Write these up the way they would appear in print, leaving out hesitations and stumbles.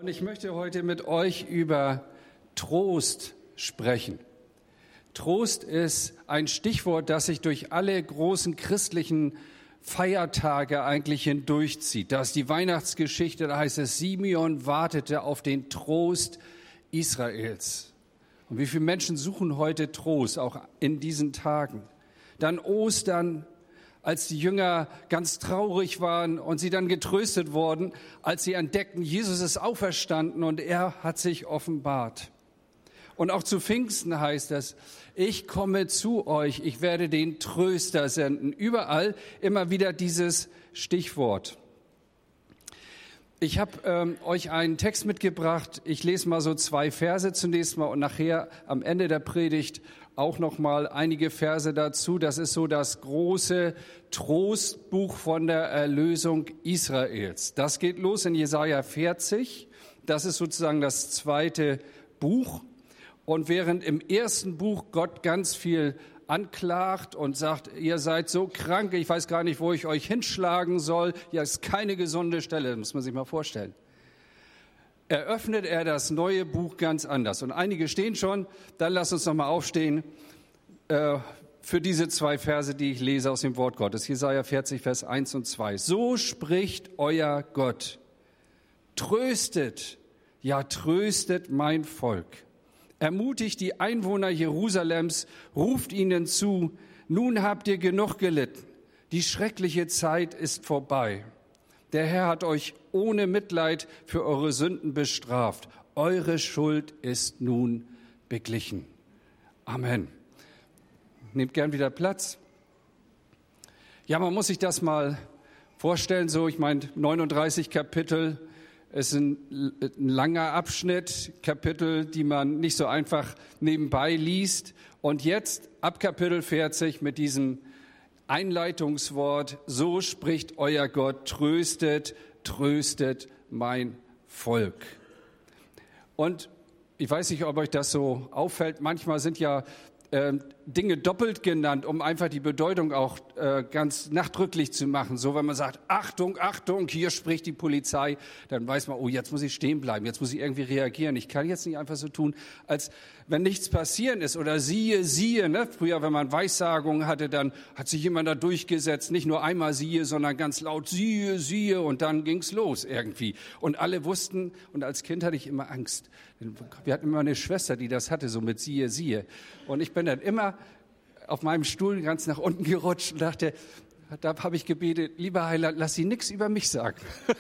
Ich möchte heute mit euch über Trost sprechen. Trost ist ein Stichwort, das sich durch alle großen christlichen Feiertage eigentlich hindurchzieht. Da ist die Weihnachtsgeschichte, da heißt es, Simeon wartete auf den Trost Israels. Und wie viele Menschen suchen heute Trost, auch in diesen Tagen? Dann Ostern, als die Jünger ganz traurig waren und sie dann getröstet wurden, als sie entdeckten, Jesus ist auferstanden und er hat sich offenbart. Und auch zu Pfingsten heißt es, ich komme zu euch, ich werde den Tröster senden. Überall immer wieder dieses Stichwort. Ich habe euch einen Text mitgebracht. Ich lese mal so 2 Verse zunächst mal und nachher am Ende der Predigt auch noch mal einige Verse dazu. Das ist so das große Trostbuch von der Erlösung Israels. Das geht los in Jesaja 40. Das ist sozusagen das zweite Buch. Und während im ersten Buch Gott ganz viel anklagt und sagt, ihr seid so krank, ich weiß gar nicht, wo ich euch hinschlagen soll. Ja, ist keine gesunde Stelle, muss man sich mal vorstellen. Eröffnet er das neue Buch ganz anders. Und einige stehen schon, dann lasst uns noch mal aufstehen für diese 2 Verse, die ich lese aus dem Wort Gottes. Jesaja 40, Vers 1 und 2. So spricht euer Gott. Tröstet, ja tröstet mein Volk. Ermutigt die Einwohner Jerusalems, ruft ihnen zu, nun habt ihr genug gelitten. Die schreckliche Zeit ist vorbei. Der Herr hat euch ohne Mitleid für eure Sünden bestraft. Eure Schuld ist nun beglichen. Amen. Nehmt gern wieder Platz. Ja, man muss sich das mal vorstellen, so, ich meine, 39 Kapitel. Es ist ein langer Abschnitt, Kapitel, die man nicht so einfach nebenbei liest. Und jetzt ab Kapitel 40 mit diesem Einleitungswort, so spricht euer Gott, tröstet, tröstet mein Volk. Und ich weiß nicht, ob euch das so auffällt, manchmal sind ja Dinge doppelt genannt, um einfach die Bedeutung auch ganz nachdrücklich zu machen. So, wenn man sagt, Achtung, Achtung, hier spricht die Polizei, dann weiß man, oh, jetzt muss ich stehen bleiben, jetzt muss ich irgendwie reagieren. Ich kann jetzt nicht einfach so tun, als wenn nichts passieren ist oder siehe, siehe. Ne? Früher, wenn man Weissagungen hatte, dann hat sich jemand da durchgesetzt, nicht nur einmal siehe, sondern ganz laut siehe, siehe und dann ging's los irgendwie. Und alle wussten, und als Kind hatte ich immer Angst. Wir hatten immer eine Schwester, die das hatte, so mit siehe, siehe. Und ich bin dann immer auf meinem Stuhl ganz nach unten gerutscht und dachte, da habe ich gebetet, lieber Heiland, lass sie nichts über mich sagen.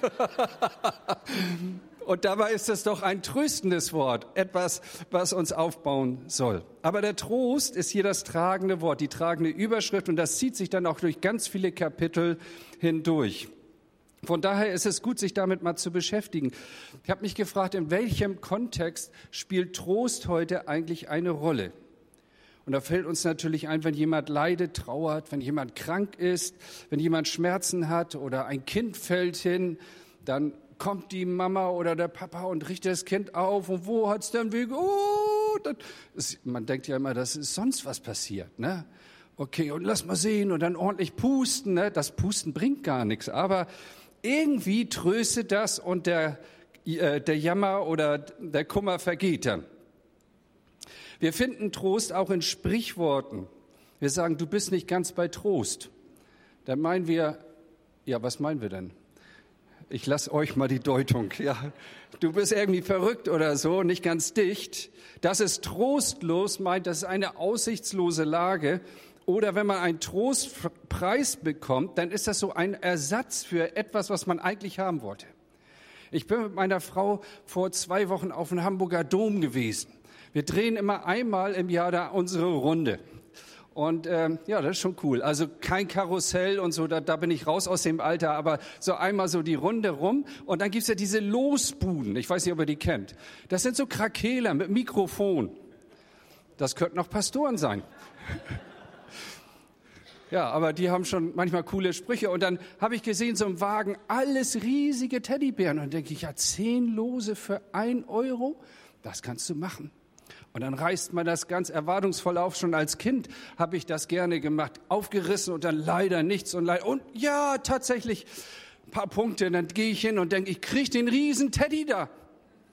Und dabei ist es doch ein tröstendes Wort, etwas, was uns aufbauen soll. Aber der Trost ist hier das tragende Wort, die tragende Überschrift und das zieht sich dann auch durch ganz viele Kapitel hindurch. Von daher ist es gut, sich damit mal zu beschäftigen. Ich habe mich gefragt, in welchem Kontext spielt Trost heute eigentlich eine Rolle? Und da fällt uns natürlich ein, wenn jemand leidet, trauert, wenn jemand krank ist, wenn jemand Schmerzen hat oder ein Kind fällt hin, dann kommt die Mama oder der Papa und richtet das Kind auf. Und wo hat's denn weh? Oh, man denkt ja immer, das ist sonst was passiert, ne? Okay, und lass mal sehen und dann ordentlich pusten, ne? Das Pusten bringt gar nichts, aber irgendwie tröstet das und der Jammer oder der Kummer vergeht dann. Wir finden Trost auch in Sprichworten. Wir sagen, du bist nicht ganz bei Trost. Dann meinen wir, ja, was meinen wir denn? Ich lasse euch mal die Deutung. Ja, du bist irgendwie verrückt oder so, nicht ganz dicht. Das ist trostlos, meint, das ist eine aussichtslose Lage. Oder wenn man einen Trostpreis bekommt, dann ist das so ein Ersatz für etwas, was man eigentlich haben wollte. Ich bin mit meiner Frau vor 2 Wochen auf dem Hamburger Dom gewesen. Wir drehen immer einmal im Jahr da unsere Runde. Und ja, das ist schon cool. Also kein Karussell und so, da bin ich raus aus dem Alter, aber so einmal so die Runde rum. Und dann gibt's ja diese Losbuden. Ich weiß nicht, ob ihr die kennt. Das sind so Krakeler mit Mikrofon. Das könnten auch Pastoren sein. Ja, aber die haben schon manchmal coole Sprüche. Und dann habe ich gesehen, so im Wagen, alles riesige Teddybären. Und dann denke ich, ja, 10 Lose für 1 Euro, das kannst du machen. Und dann reißt man das ganz erwartungsvoll auf. Schon als Kind habe ich das gerne gemacht, aufgerissen und dann leider nichts und ja, tatsächlich ein paar Punkte. Dann gehe ich hin und denke, ich kriege den riesen Teddy da.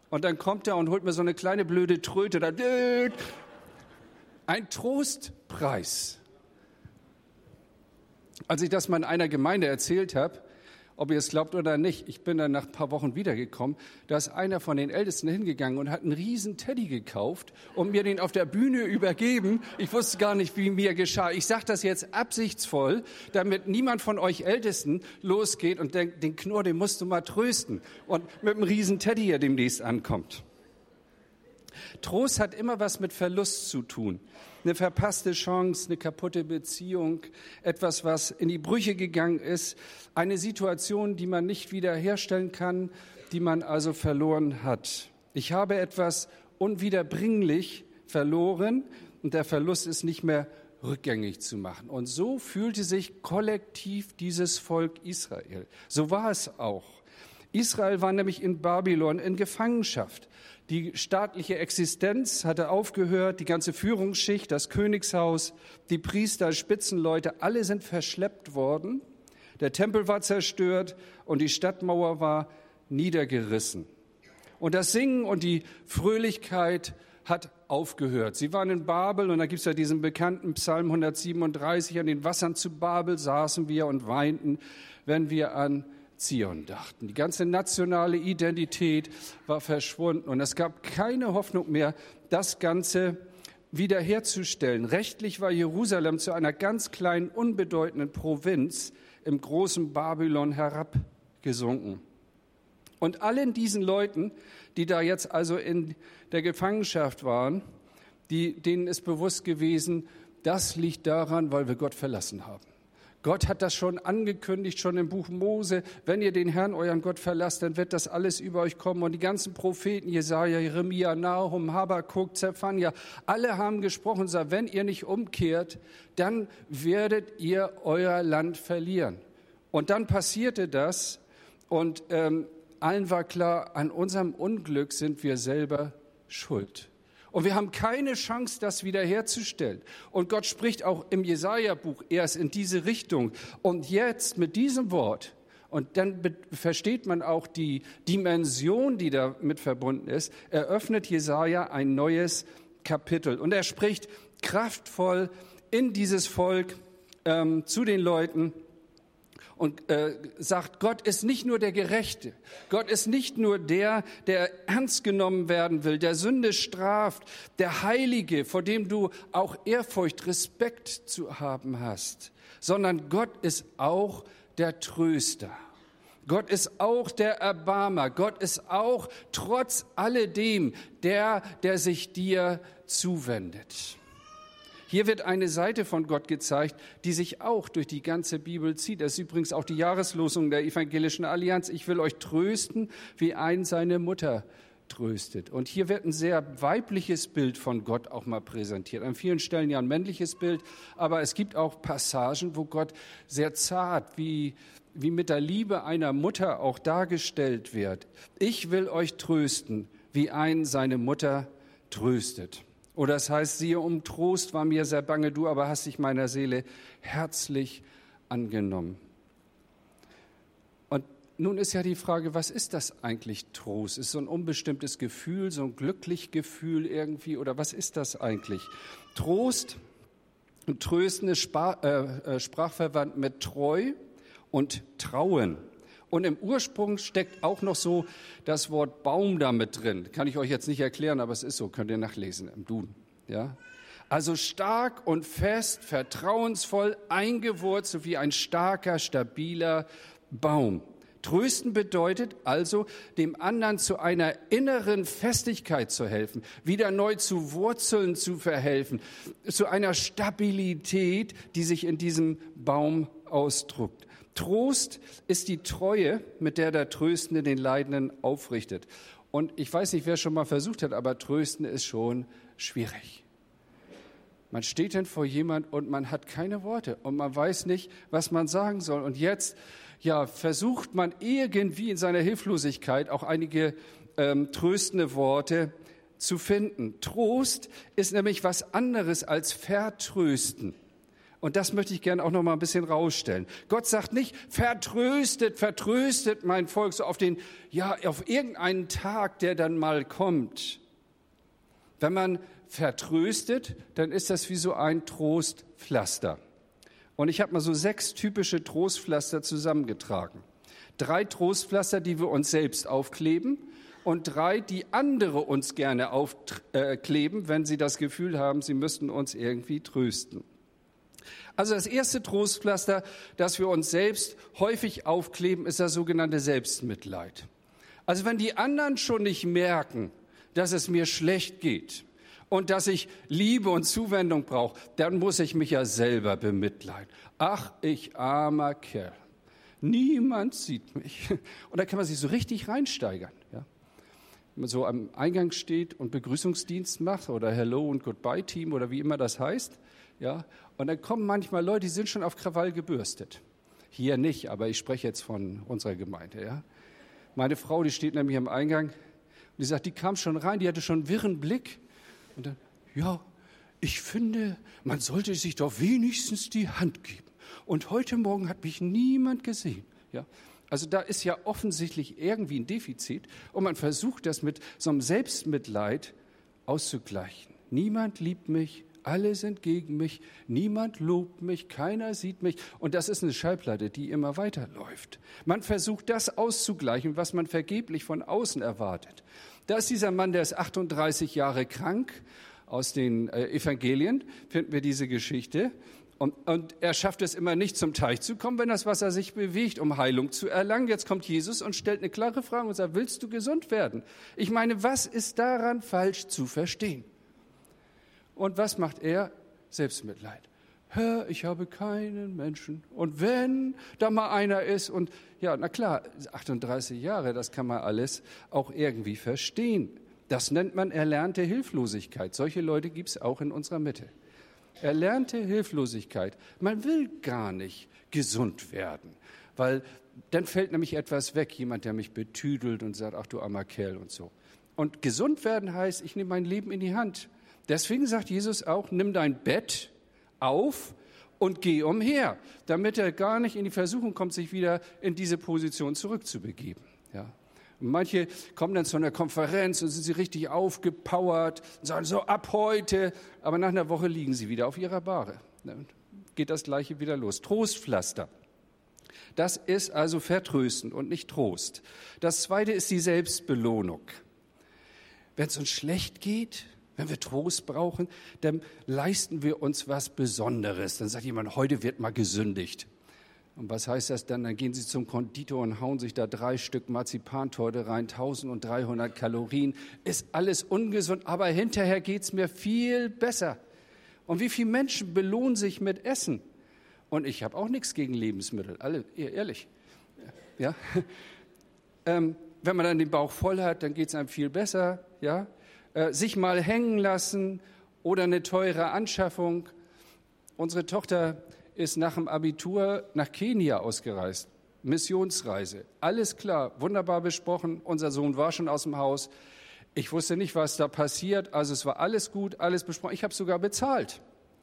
Und dann kommt er und holt mir so eine kleine blöde Tröte. Ein Trostpreis. Als ich das mal in einer Gemeinde erzählt habe, ob ihr es glaubt oder nicht, ich bin dann nach ein paar Wochen wiedergekommen, da ist einer von den Ältesten hingegangen und hat einen riesen Teddy gekauft und mir den auf der Bühne übergeben. Ich wusste gar nicht, wie mir geschah. Ich sage das jetzt absichtsvoll, damit niemand von euch Ältesten losgeht und denkt, den Knurr, den musst du mal trösten und mit einem riesen Teddy hier demnächst ankommt. Trost hat immer was mit Verlust zu tun. Eine verpasste Chance, eine kaputte Beziehung, etwas, was in die Brüche gegangen ist, eine Situation, die man nicht wiederherstellen kann, die man also verloren hat. Ich habe etwas unwiederbringlich verloren und der Verlust ist nicht mehr rückgängig zu machen. Und so fühlte sich kollektiv dieses Volk Israel. So war es auch. Israel war nämlich in Babylon in Gefangenschaft. Die staatliche Existenz hatte aufgehört, die ganze Führungsschicht, das Königshaus, die Priester, Spitzenleute, alle sind verschleppt worden. Der Tempel war zerstört und die Stadtmauer war niedergerissen. Und das Singen und die Fröhlichkeit hat aufgehört. Sie waren in Babel und da gibt es ja diesen bekannten Psalm 137, an den Wassern zu Babel saßen wir und weinten, wenn wir an Zion dachten. Die ganze nationale Identität war verschwunden und es gab keine Hoffnung mehr, das Ganze wiederherzustellen. Rechtlich war Jerusalem zu einer ganz kleinen, unbedeutenden Provinz im großen Babylon herabgesunken. Und allen diesen Leuten, die da jetzt also in der Gefangenschaft waren, denen ist bewusst gewesen, das liegt daran, weil wir Gott verlassen haben. Gott hat das schon angekündigt, schon im Buch Mose. Wenn ihr den Herrn, euren Gott, verlasst, dann wird das alles über euch kommen. Und die ganzen Propheten, Jesaja, Jeremia, Nahum, Habakuk, Zephania, alle haben gesprochen und gesagt, wenn ihr nicht umkehrt, dann werdet ihr euer Land verlieren. Und dann passierte das und allen war klar, an unserem Unglück sind wir selber schuld. Und wir haben keine Chance, das wiederherzustellen. Und Gott spricht auch im Jesaja-Buch erst in diese Richtung. Und jetzt mit diesem Wort, und dann versteht man auch die Dimension, die damit verbunden ist, eröffnet Jesaja ein neues Kapitel. Und er spricht kraftvoll in dieses Volk zu den Leuten und sagt, Gott ist nicht nur der Gerechte, Gott ist nicht nur der ernst genommen werden will, der Sünde straft, der Heilige, vor dem du auch Ehrfurcht, Respekt zu haben hast, sondern Gott ist auch der Tröster. Gott ist auch der Erbarmer. Gott ist auch trotz alledem der sich dir zuwendet. Hier wird eine Seite von Gott gezeigt, die sich auch durch die ganze Bibel zieht. Das ist übrigens auch die Jahreslosung der Evangelischen Allianz. Ich will euch trösten, wie ein seine Mutter tröstet. Und hier wird ein sehr weibliches Bild von Gott auch mal präsentiert. An vielen Stellen ja ein männliches Bild, aber es gibt auch Passagen, wo Gott sehr zart, wie mit der Liebe einer Mutter auch dargestellt wird. Ich will euch trösten, wie ein seine Mutter tröstet. Oder es heißt, siehe, um Trost war mir sehr bange, du aber hast dich meiner Seele herzlich angenommen. Und nun ist ja die Frage, was ist das eigentlich Trost? Ist so ein unbestimmtes Gefühl, so ein glückliches Gefühl irgendwie? Oder was ist das eigentlich? Trost und Trösten ist sprachverwandt mit Treu und Trauen. Und im Ursprung steckt auch noch so das Wort Baum da mit drin. Kann ich euch jetzt nicht erklären, aber es ist so, könnt ihr nachlesen im Duden. Ja? Also stark und fest, vertrauensvoll, eingewurzelt wie ein starker, stabiler Baum. Trösten bedeutet also, dem anderen zu einer inneren Festigkeit zu helfen, wieder neu zu Wurzeln zu verhelfen, zu einer Stabilität, die sich in diesem Baum ausdrückt. Trost ist die Treue, mit der der Tröstende den Leidenden aufrichtet. Und ich weiß nicht, wer schon mal versucht hat, aber Trösten ist schon schwierig. Man steht dann vor jemand und man hat keine Worte und man weiß nicht, was man sagen soll. Und jetzt versucht man irgendwie in seiner Hilflosigkeit auch einige tröstende Worte zu finden. Trost ist nämlich was anderes als Vertrösten. Und das möchte ich gerne auch noch mal ein bisschen rausstellen. Gott sagt nicht, vertröstet mein Volk so auf irgendeinen Tag, der dann mal kommt. Wenn man vertröstet, dann ist das wie so ein Trostpflaster. Und ich habe mal so 6 typische Trostpflaster zusammengetragen. 3 Trostpflaster, die wir uns selbst aufkleben und 3, die andere uns gerne aufkleben, wenn sie das Gefühl haben, sie müssten uns irgendwie trösten. Also das erste Trostpflaster, das wir uns selbst häufig aufkleben, ist das sogenannte Selbstmitleid. Also wenn die anderen schon nicht merken, dass es mir schlecht geht und dass ich Liebe und Zuwendung brauche, dann muss ich mich ja selber bemitleiden. Ach, ich armer Kerl. Niemand sieht mich. Und da kann man sich so richtig reinsteigern. Ja? Wenn man so am Eingang steht und Begrüßungsdienst macht oder Hello und Goodbye Team oder wie immer das heißt, ja, und dann kommen manchmal Leute, die sind schon auf Krawall gebürstet. Hier nicht, aber ich spreche jetzt von unserer Gemeinde. Ja. Meine Frau, die steht nämlich am Eingang und die sagt, die kam schon rein, die hatte schon einen wirren Blick. Und dann, ja, ich finde, man sollte sich doch wenigstens die Hand geben. Und heute Morgen hat mich niemand gesehen. Ja. Also da ist ja offensichtlich irgendwie ein Defizit und man versucht das mit so einem Selbstmitleid auszugleichen. Niemand liebt mich. Alle sind gegen mich, niemand lobt mich, keiner sieht mich. Und das ist eine Schallplatte, die immer weiterläuft. Man versucht, das auszugleichen, was man vergeblich von außen erwartet. Da ist dieser Mann, der ist 38 Jahre krank. Aus den Evangelien finden wir diese Geschichte. Und er schafft es immer nicht, zum Teich zu kommen, wenn das Wasser sich bewegt, um Heilung zu erlangen. Jetzt kommt Jesus und stellt eine klare Frage und sagt, willst du gesund werden? Ich meine, was ist daran falsch zu verstehen? Und was macht er? Selbstmitleid. Herr, ich habe keinen Menschen. Und wenn da mal einer ist und ja, na klar, 38 Jahre, das kann man alles auch irgendwie verstehen. Das nennt man erlernte Hilflosigkeit. Solche Leute gibt es auch in unserer Mitte. Erlernte Hilflosigkeit. Man will gar nicht gesund werden, weil dann fällt nämlich etwas weg. Jemand, der mich betüdelt und sagt, ach du armer Kerl und so. Und gesund werden heißt, ich nehme mein Leben in die Hand. Deswegen sagt Jesus auch, nimm dein Bett auf und geh umher, damit er gar nicht in die Versuchung kommt, sich wieder in diese Position zurückzubegeben. Ja. Und manche kommen dann zu einer Konferenz und sind sie richtig aufgepowert und sagen, so ab heute, aber nach einer Woche liegen sie wieder auf ihrer Bahre. Dann geht das Gleiche wieder los. Trostpflaster. Das ist also vertröstend und nicht Trost. Das Zweite ist die Selbstbelohnung. Wenn es uns schlecht geht, wenn wir Trost brauchen, dann leisten wir uns was Besonderes. Dann sagt jemand, heute wird mal gesündigt. Und was heißt das dann? Dann gehen Sie zum Konditor und hauen sich da 3 Stück Marzipantorte rein, 1300 Kalorien. Ist alles ungesund, aber hinterher geht's mir viel besser. Und wie viele Menschen belohnen sich mit Essen? Und ich habe auch nichts gegen Lebensmittel, alle ehrlich. Ja? Wenn man dann den Bauch voll hat, dann geht's einem viel besser, ja. Sich mal hängen lassen oder eine teure Anschaffung. Unsere Tochter ist nach dem Abitur nach Kenia ausgereist, Missionsreise. Alles klar, wunderbar besprochen. Unser Sohn war schon aus dem Haus. Ich wusste nicht, was da passiert. Also es war alles gut, alles besprochen. Ich habe sogar bezahlt.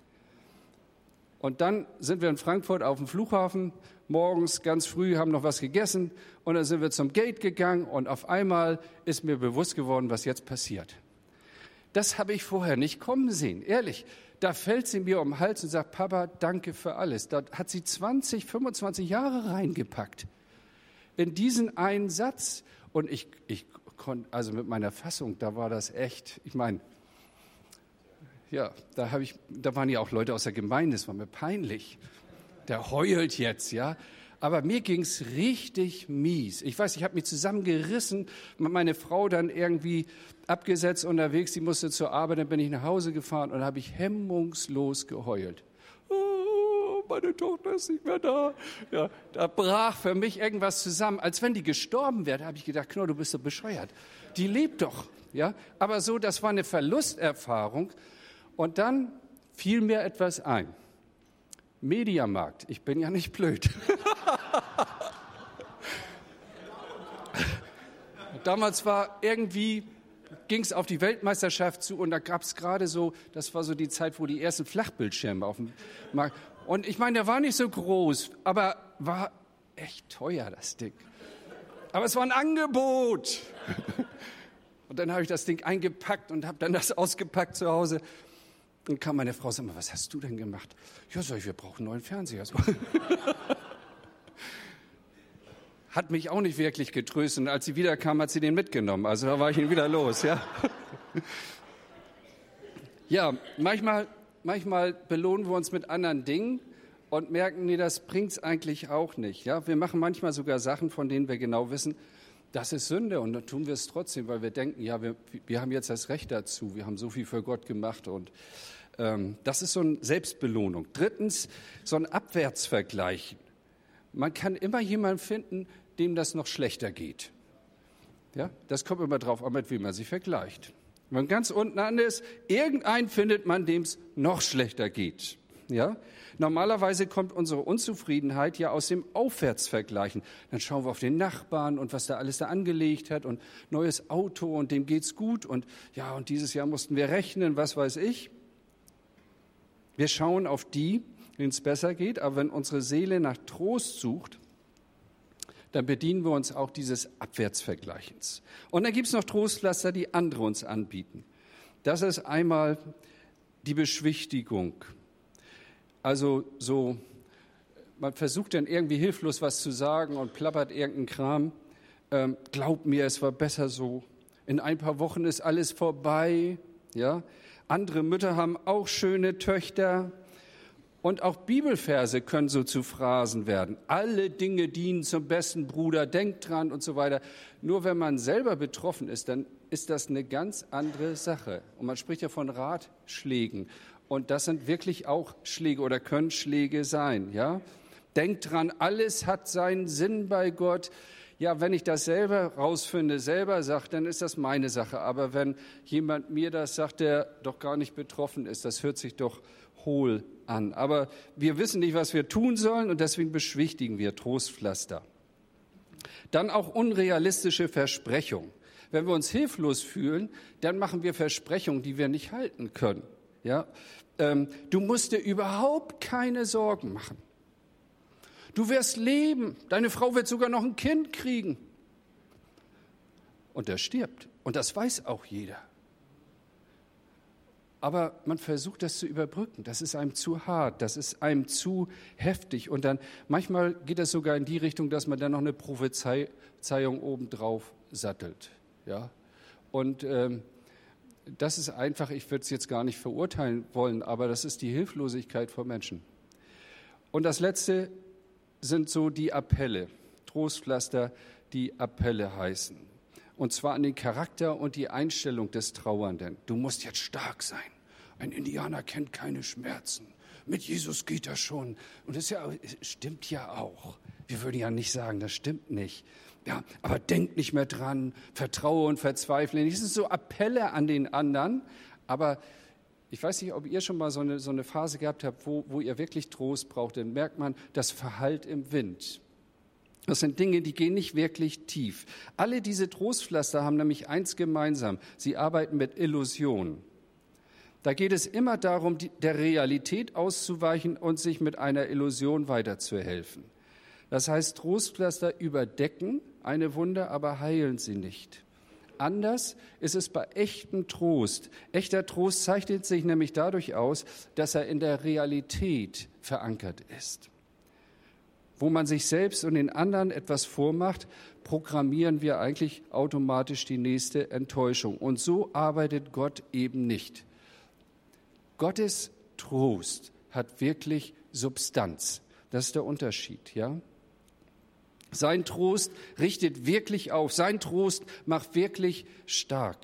Und dann sind wir in Frankfurt auf dem Flughafen, morgens ganz früh, haben noch was gegessen und dann sind wir zum Gate gegangen und auf einmal ist mir bewusst geworden, was jetzt passiert. Das habe ich vorher nicht kommen sehen, ehrlich. Da fällt sie mir um den Hals und sagt, Papa, danke für alles. Da hat sie 20, 25 Jahre reingepackt in diesen einen Satz. Und ich konnte, also mit meiner Fassung, da war das echt, ich meine, ja, da waren ja auch Leute aus der Gemeinde, das war mir peinlich. Der heult jetzt, ja. Aber mir ging's richtig mies. Ich weiß, ich habe mich zusammengerissen, meine Frau dann irgendwie abgesetzt unterwegs, die musste zur Arbeit, dann bin ich nach Hause gefahren und habe ich hemmungslos geheult. Oh, meine Tochter ist nicht mehr da. Ja, da brach für mich irgendwas zusammen, als wenn die gestorben wäre. Da habe ich gedacht, Knorr, du bist so bescheuert. Die lebt doch, ja. Aber so, das war eine Verlusterfahrung. Und dann fiel mir etwas ein. Mediamarkt, ich bin ja nicht blöd. Damals ging es auf die Weltmeisterschaft zu und da gab es gerade so, das war so die Zeit, wo die ersten Flachbildschirme auf dem Markt, Und ich meine, der war nicht so groß, aber war echt teuer, das Ding. Aber es war ein Angebot. Und dann habe ich das Ding eingepackt und habe dann das ausgepackt zu Hause. Und kam meine Frau, sag mal, was hast du denn gemacht? Ja, sag ich, wir brauchen einen neuen Fernseher. Hat mich auch nicht wirklich getröstet. Und als sie wiederkam, hat sie den mitgenommen. Also da war ich ihn wieder los, ja. Ja, manchmal belohnen wir uns mit anderen Dingen und merken, nee, das bringt's eigentlich auch nicht. Ja, wir machen manchmal sogar Sachen, von denen wir genau wissen, das ist Sünde, und dann tun wir es trotzdem, weil wir denken, ja, wir haben jetzt das Recht dazu, wir haben so viel für Gott gemacht, und das ist so eine Selbstbelohnung. Drittens, so ein Abwärtsvergleichen. Man kann immer jemanden finden, dem das noch schlechter geht. Ja, das kommt immer drauf an, mit wem man sich vergleicht. Wenn man ganz unten an ist, irgendeinen findet man, dem es noch schlechter geht. Ja? Normalerweise kommt unsere Unzufriedenheit ja aus dem Aufwärtsvergleichen. Dann schauen wir auf den Nachbarn und was der alles da angelegt hat und neues Auto und dem geht's gut und ja, und dieses Jahr mussten wir rechnen, was weiß ich. Wir schauen auf die, denen es besser geht, aber wenn unsere Seele nach Trost sucht, dann bedienen wir uns auch dieses Abwärtsvergleichens. Und dann gibt es noch Trostpflaster, die andere uns anbieten. Das ist einmal die Beschwichtigung. Also so, man versucht dann irgendwie hilflos was zu sagen und plappert irgendeinen Kram. Glaub mir, es war besser so. In ein paar Wochen ist alles vorbei. Ja? Andere Mütter haben auch schöne Töchter. Und auch Bibelverse können so zu Phrasen werden. Alle Dinge dienen zum besten, Bruder, denkt dran und so weiter. Nur wenn man selber betroffen ist, dann ist das eine ganz andere Sache. Und man spricht ja von Ratschlägen. Und das sind wirklich auch Schläge oder können Schläge sein. Ja? Denkt dran, alles hat seinen Sinn bei Gott. Ja, wenn ich das selber rausfinde, selber sage, dann ist das meine Sache. Aber wenn jemand mir das sagt, der doch gar nicht betroffen ist, das hört sich doch hohl an. Aber wir wissen nicht, was wir tun sollen, und deswegen beschwichtigen wir Trostpflaster. Dann auch unrealistische Versprechungen. Wenn wir uns hilflos fühlen, dann machen wir Versprechungen, die wir nicht halten können. Ja? Du musst dir überhaupt keine Sorgen machen. Du wirst leben, deine Frau wird sogar noch ein Kind kriegen. Und er stirbt. Und das weiß auch jeder. Aber man versucht, das zu überbrücken. Das ist einem zu hart, das ist einem zu heftig. Und dann manchmal geht es sogar in die Richtung, dass man dann noch eine Prophezeiung obendrauf sattelt. Ja? Und das ist einfach, ich würde es jetzt gar nicht verurteilen wollen, aber das ist die Hilflosigkeit von Menschen. Und das Letzte sind so die Appelle, Trostpflaster, die Appelle heißen. Und zwar an den Charakter und die Einstellung des Trauernden. Du musst jetzt stark sein. Ein Indianer kennt keine Schmerzen. Mit Jesus geht das schon. Und das stimmt ja auch. Wir würden ja nicht sagen, das stimmt nicht. Ja, aber denk nicht mehr dran, vertraue und verzweifle nicht. Das sind so Appelle an den anderen. Aber ich weiß nicht, ob ihr schon mal so eine Phase gehabt habt, wo ihr wirklich Trost braucht. Dann merkt man, das verhallt im Wind. Das sind Dinge, die gehen nicht wirklich tief. Alle diese Trostpflaster haben nämlich eins gemeinsam. Sie arbeiten mit Illusionen. Da geht es immer darum, der Realität auszuweichen und sich mit einer Illusion weiterzuhelfen. Das heißt, Trostpflaster überdecken eine Wunde, aber heilen sie nicht. Anders ist es bei echtem Trost. Echter Trost zeichnet sich nämlich dadurch aus, dass er in der Realität verankert ist. Wo man sich selbst und den anderen etwas vormacht, programmieren wir eigentlich automatisch die nächste Enttäuschung. Und so arbeitet Gott eben nicht. Gottes Trost hat wirklich Substanz. Das ist der Unterschied, ja? Sein Trost richtet wirklich auf. Sein Trost macht wirklich stark.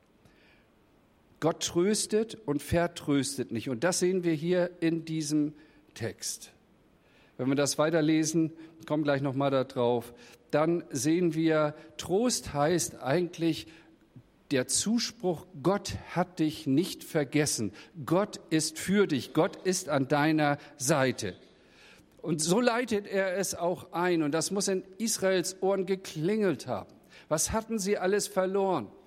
Gott tröstet und vertröstet nicht. Und das sehen wir hier in diesem Text. Wenn wir das weiterlesen, kommen gleich nochmal da drauf, dann sehen wir, Trost heißt eigentlich der Zuspruch, Gott hat dich nicht vergessen. Gott ist für dich. Gott ist an deiner Seite. Und so leitet er es auch ein. Und das muss in Israels Ohren geklingelt haben. Was hatten sie alles verloren?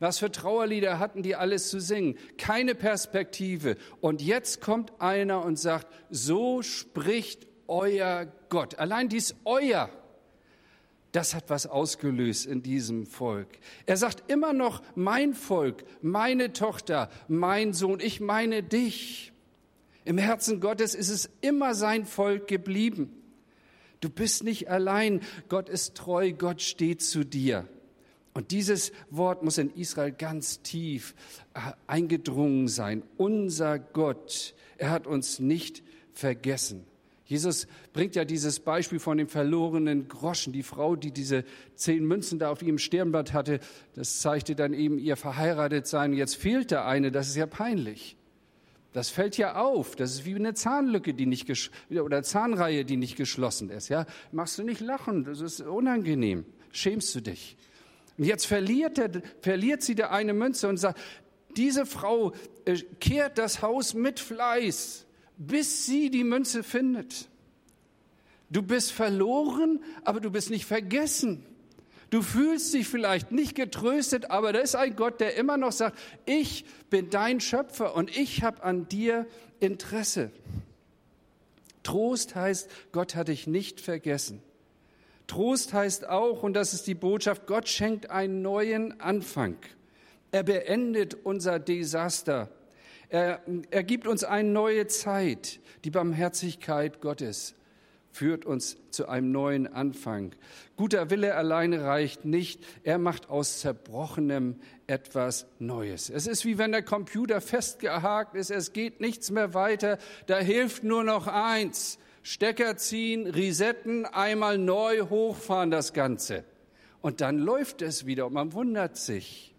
Was für Trauerlieder hatten die alles zu singen? Keine Perspektive. Und jetzt kommt einer und sagt, so spricht euer Gott. Allein dies euer, das hat was ausgelöst in diesem Volk. Er sagt immer noch, mein Volk, meine Tochter, mein Sohn, ich meine dich. Im Herzen Gottes ist es immer sein Volk geblieben. Du bist nicht allein, Gott ist treu, Gott steht zu dir. Und dieses Wort muss in Israel ganz tief eingedrungen sein. Unser Gott, er hat uns nicht vergessen. Jesus bringt ja dieses Beispiel von dem verlorenen Groschen. Die Frau, die diese 10 Münzen da auf ihrem Stirnband hatte, das zeigte dann eben ihr Verheiratetsein. Jetzt fehlt da eine, das ist ja peinlich. Das fällt ja auf. Das ist wie eine Zahnlücke, oder Zahnreihe, die nicht geschlossen ist. Ja, machst du nicht lachen, das ist unangenehm. Schämst du dich? Und jetzt verliert sie der eine Münze und sagt, diese Frau kehrt das Haus mit Fleiß, bis sie die Münze findet. Du bist verloren, aber du bist nicht vergessen. Du fühlst dich vielleicht nicht getröstet, aber da ist ein Gott, der immer noch sagt, ich bin dein Schöpfer und ich habe an dir Interesse. Trost heißt, Gott hat dich nicht vergessen. Trost heißt auch, und das ist die Botschaft, Gott schenkt einen neuen Anfang. Er beendet unser Desaster. Er gibt uns eine neue Zeit. Die Barmherzigkeit Gottes führt uns zu einem neuen Anfang. Guter Wille alleine reicht nicht. Er macht aus Zerbrochenem etwas Neues. Es ist wie wenn der Computer festgehakt ist. Es geht nichts mehr weiter. Da hilft nur noch eins. Stecker ziehen, resetten, einmal neu hochfahren das Ganze. Und dann läuft es wieder und man wundert sich.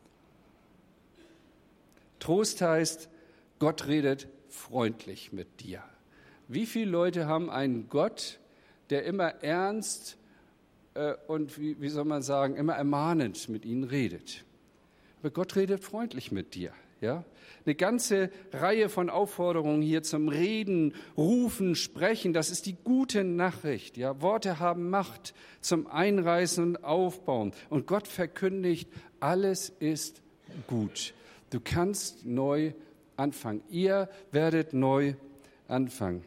Trost heißt, Gott redet freundlich mit dir. Wie viele Leute haben einen Gott, der immer ernst und, wie soll man sagen, immer ermahnend mit ihnen redet? Aber Gott redet freundlich mit dir. Ja? Eine ganze Reihe von Aufforderungen hier zum Reden, Rufen, Sprechen, das ist die gute Nachricht. Ja? Worte haben Macht zum Einreißen und Aufbauen. Und Gott verkündigt, alles ist gut. Du kannst neu anfangen. Ihr werdet neu anfangen.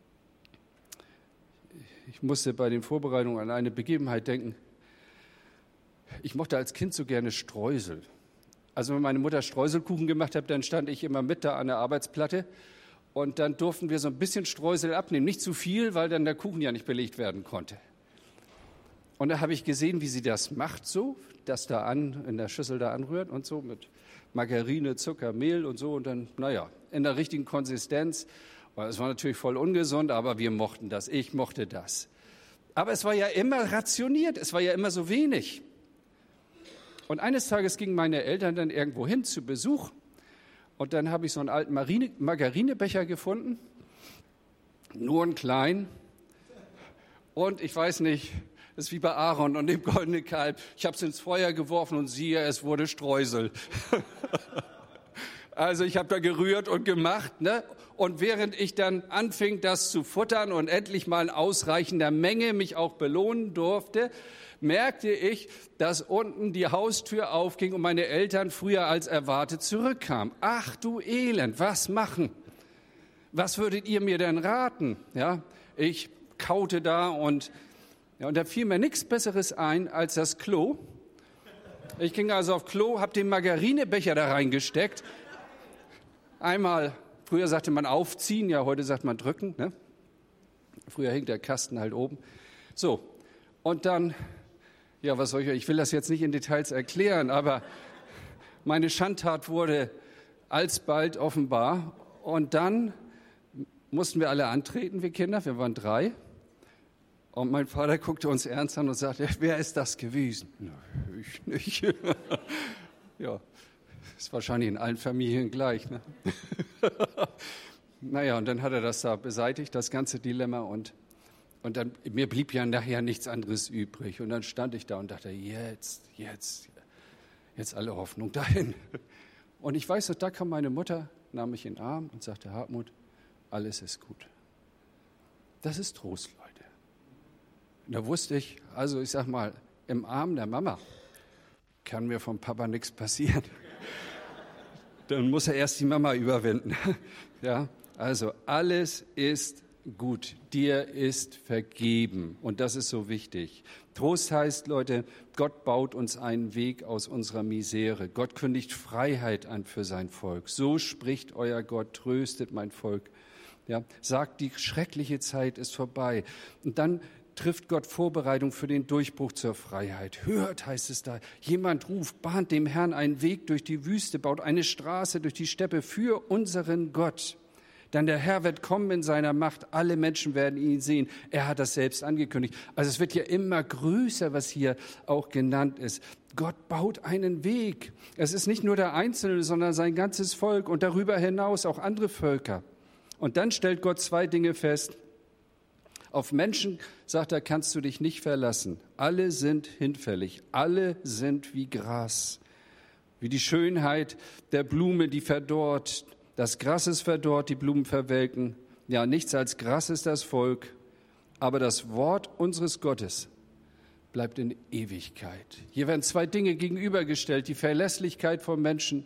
Ich musste bei den Vorbereitungen an eine Begebenheit denken. Ich mochte als Kind so gerne Streusel. Also wenn meine Mutter Streuselkuchen gemacht hat, dann stand ich immer mit da an der Arbeitsplatte und dann durften wir so ein bisschen Streusel abnehmen. Nicht zu viel, weil dann der Kuchen ja nicht belegt werden konnte. Und da habe ich gesehen, wie sie das macht so, das da in der Schüssel da anrührt und so mit Margarine, Zucker, Mehl und so und dann, in der richtigen Konsistenz. Es war natürlich voll ungesund, aber wir mochten das. Ich mochte das. Aber es war ja immer rationiert, es war ja immer so wenig. Und eines Tages gingen meine Eltern dann irgendwo hin zu Besuch und dann habe ich so einen alten Margarinebecher gefunden, nur einen kleinen. Und ich weiß nicht, das ist wie bei Aaron und dem goldenen Kalb. Ich habe es ins Feuer geworfen und siehe, es wurde Streusel. Also ich habe da gerührt und gemacht, ne? Und während ich dann anfing, das zu futtern und endlich mal in ausreichender Menge mich auch belohnen durfte, merkte ich, dass unten die Haustür aufging und meine Eltern früher als erwartet zurückkamen. Ach du Elend, was machen? Was würdet ihr mir denn raten? Ja, ich kaute da und da fiel mir nichts Besseres ein als das Klo. Ich ging also auf Klo, habe den Margarinebecher da reingesteckt. Einmal, früher sagte man aufziehen, ja, heute sagt man drücken. Ne? Früher hing der Kasten halt oben. So, und dann, ja, was soll ich will das jetzt nicht in Details erklären, aber meine Schandtat wurde alsbald offenbar. Und dann mussten wir alle antreten, wir Kinder, wir waren 3. Und mein Vater guckte uns ernst an und sagte, wer ist das gewesen? Na, ich nicht. Ja, ist wahrscheinlich in allen Familien gleich. Ne? Und dann hat er das da beseitigt, das ganze Dilemma. Und dann, mir blieb ja nachher nichts anderes übrig. Und dann stand ich da und dachte, jetzt alle Hoffnung dahin. Und ich weiß, da kam meine Mutter, nahm mich in den Arm und sagte, Hartmut, alles ist gut. Das ist Trost, Leute. Da wusste ich, also ich sag mal, im Arm der Mama, kann mir vom Papa nichts passieren. Dann muss er erst die Mama überwinden. Ja, also alles ist gut. Dir ist vergeben. Und das ist so wichtig. Trost heißt, Leute, Gott baut uns einen Weg aus unserer Misere. Gott kündigt Freiheit an für sein Volk. So spricht euer Gott, tröstet mein Volk. Ja, sagt, die schreckliche Zeit ist vorbei. Und dann trifft Gott Vorbereitung für den Durchbruch zur Freiheit. Hört, heißt es da, jemand ruft, bahnt dem Herrn einen Weg durch die Wüste, baut eine Straße durch die Steppe für unseren Gott. Denn der Herr wird kommen in seiner Macht, alle Menschen werden ihn sehen. Er hat das selbst angekündigt. Also es wird ja immer größer, was hier auch genannt ist. Gott baut einen Weg. Es ist nicht nur der Einzelne, sondern sein ganzes Volk und darüber hinaus auch andere Völker. Und dann stellt Gott zwei Dinge fest. Auf Menschen, sagt er, kannst du dich nicht verlassen. Alle sind hinfällig, alle sind wie Gras, wie die Schönheit der Blume, die verdorrt. Das Gras ist verdorrt, die Blumen verwelken. Ja, nichts als Gras ist das Volk, aber das Wort unseres Gottes bleibt in Ewigkeit. Hier werden zwei Dinge gegenübergestellt, die Verlässlichkeit von Menschen,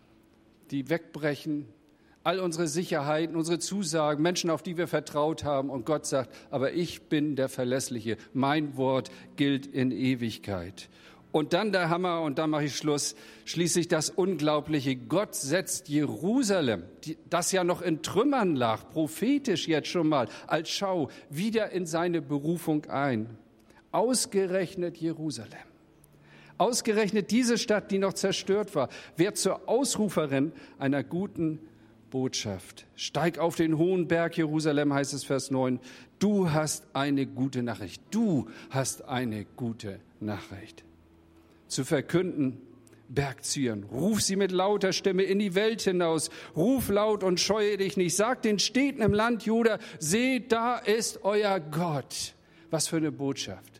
die wegbrechen, all unsere Sicherheiten, unsere Zusagen, Menschen, auf die wir vertraut haben. Und Gott sagt, aber ich bin der Verlässliche. Mein Wort gilt in Ewigkeit. Und dann der Hammer, und dann mache ich Schluss, schließlich das Unglaubliche. Gott setzt Jerusalem, das ja noch in Trümmern lag, prophetisch jetzt schon mal, als Schau, wieder in seine Berufung ein. Ausgerechnet Jerusalem. Ausgerechnet diese Stadt, die noch zerstört war, wird zur Ausruferin einer guten Botschaft. Steig auf den hohen Berg Jerusalem, heißt es Vers 9. Du hast eine gute Nachricht. Du hast eine gute Nachricht. Zu verkünden, Berg Zion. Ruf sie mit lauter Stimme in die Welt hinaus. Ruf laut und scheue dich nicht. Sag den Städten im Land Juda, seht, da ist euer Gott. Was für eine Botschaft.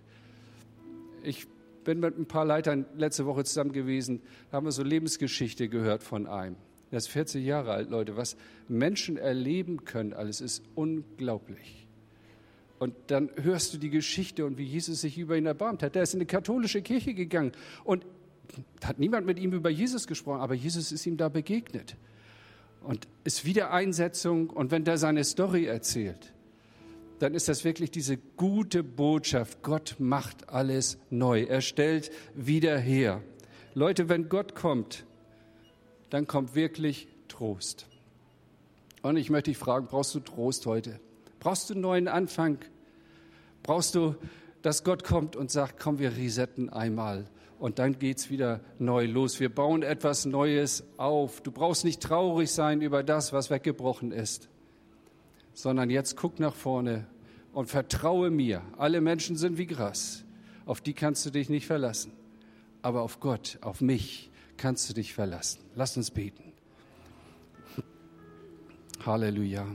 Ich bin mit ein paar Leitern letzte Woche zusammen gewesen. Da haben wir so Lebensgeschichte gehört von einem. Er ist 40 Jahre alt, Leute. Was Menschen erleben können, alles ist unglaublich. Und dann hörst du die Geschichte und wie Jesus sich über ihn erbarmt hat. Der ist in eine katholische Kirche gegangen und hat niemand mit ihm über Jesus gesprochen, aber Jesus ist ihm da begegnet. Und ist Wiedereinsetzung. Und wenn der seine Story erzählt, dann ist das wirklich diese gute Botschaft. Gott macht alles neu. Er stellt wieder her. Leute, wenn Gott kommt, dann kommt wirklich Trost. Und ich möchte dich fragen, brauchst du Trost heute? Brauchst du einen neuen Anfang? Brauchst du, dass Gott kommt und sagt, komm, wir resetten einmal und dann geht's wieder neu los. Wir bauen etwas Neues auf. Du brauchst nicht traurig sein über das, was weggebrochen ist, sondern jetzt guck nach vorne und vertraue mir. Alle Menschen sind wie Gras. Auf die kannst du dich nicht verlassen. Aber auf Gott, auf mich kannst du dich verlassen. Lass uns beten. Halleluja.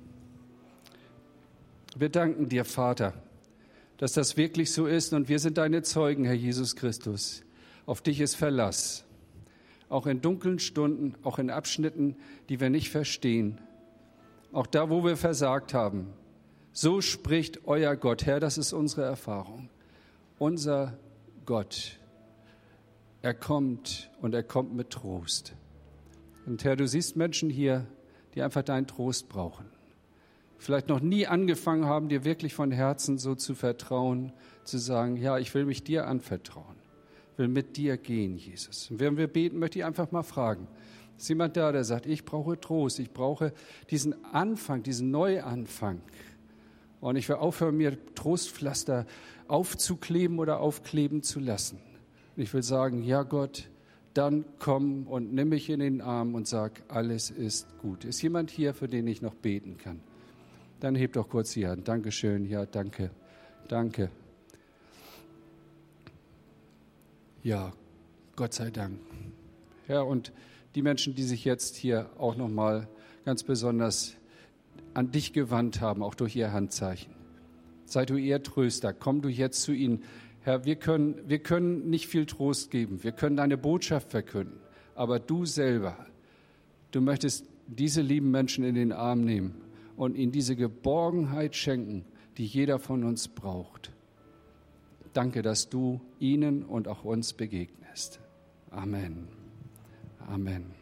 Wir danken dir, Vater, dass das wirklich so ist und wir sind deine Zeugen, Herr Jesus Christus. Auf dich ist Verlass, auch in dunklen Stunden, auch in Abschnitten, die wir nicht verstehen, auch da, wo wir versagt haben. So spricht euer Gott, Herr, das ist unsere Erfahrung. Unser Gott, er kommt und er kommt mit Trost. Und Herr, du siehst Menschen hier, die einfach deinen Trost brauchen. Vielleicht noch nie angefangen haben, dir wirklich von Herzen so zu vertrauen, zu sagen, ja, ich will mich dir anvertrauen, will mit dir gehen, Jesus. Und während wir beten, möchte ich einfach mal fragen, ist jemand da, der sagt, ich brauche Trost, ich brauche diesen Anfang, diesen Neuanfang. Und ich will aufhören, mir Trostpflaster aufzukleben oder aufkleben zu lassen. Und ich will sagen, ja Gott, dann komm und nimm mich in den Arm und sag, alles ist gut. Ist jemand hier, für den ich noch beten kann? Dann heb doch kurz die Hand. Dankeschön, ja, danke, danke. Ja, Gott sei Dank. Ja, und die Menschen, die sich jetzt hier auch nochmal ganz besonders an dich gewandt haben, auch durch ihr Handzeichen. Sei du ihr Tröster, komm du jetzt zu ihnen. Herr, wir können nicht viel Trost geben, wir können deine Botschaft verkünden, aber du selber, du möchtest diese lieben Menschen in den Arm nehmen und ihnen diese Geborgenheit schenken, die jeder von uns braucht. Danke, dass du ihnen und auch uns begegnest. Amen. Amen.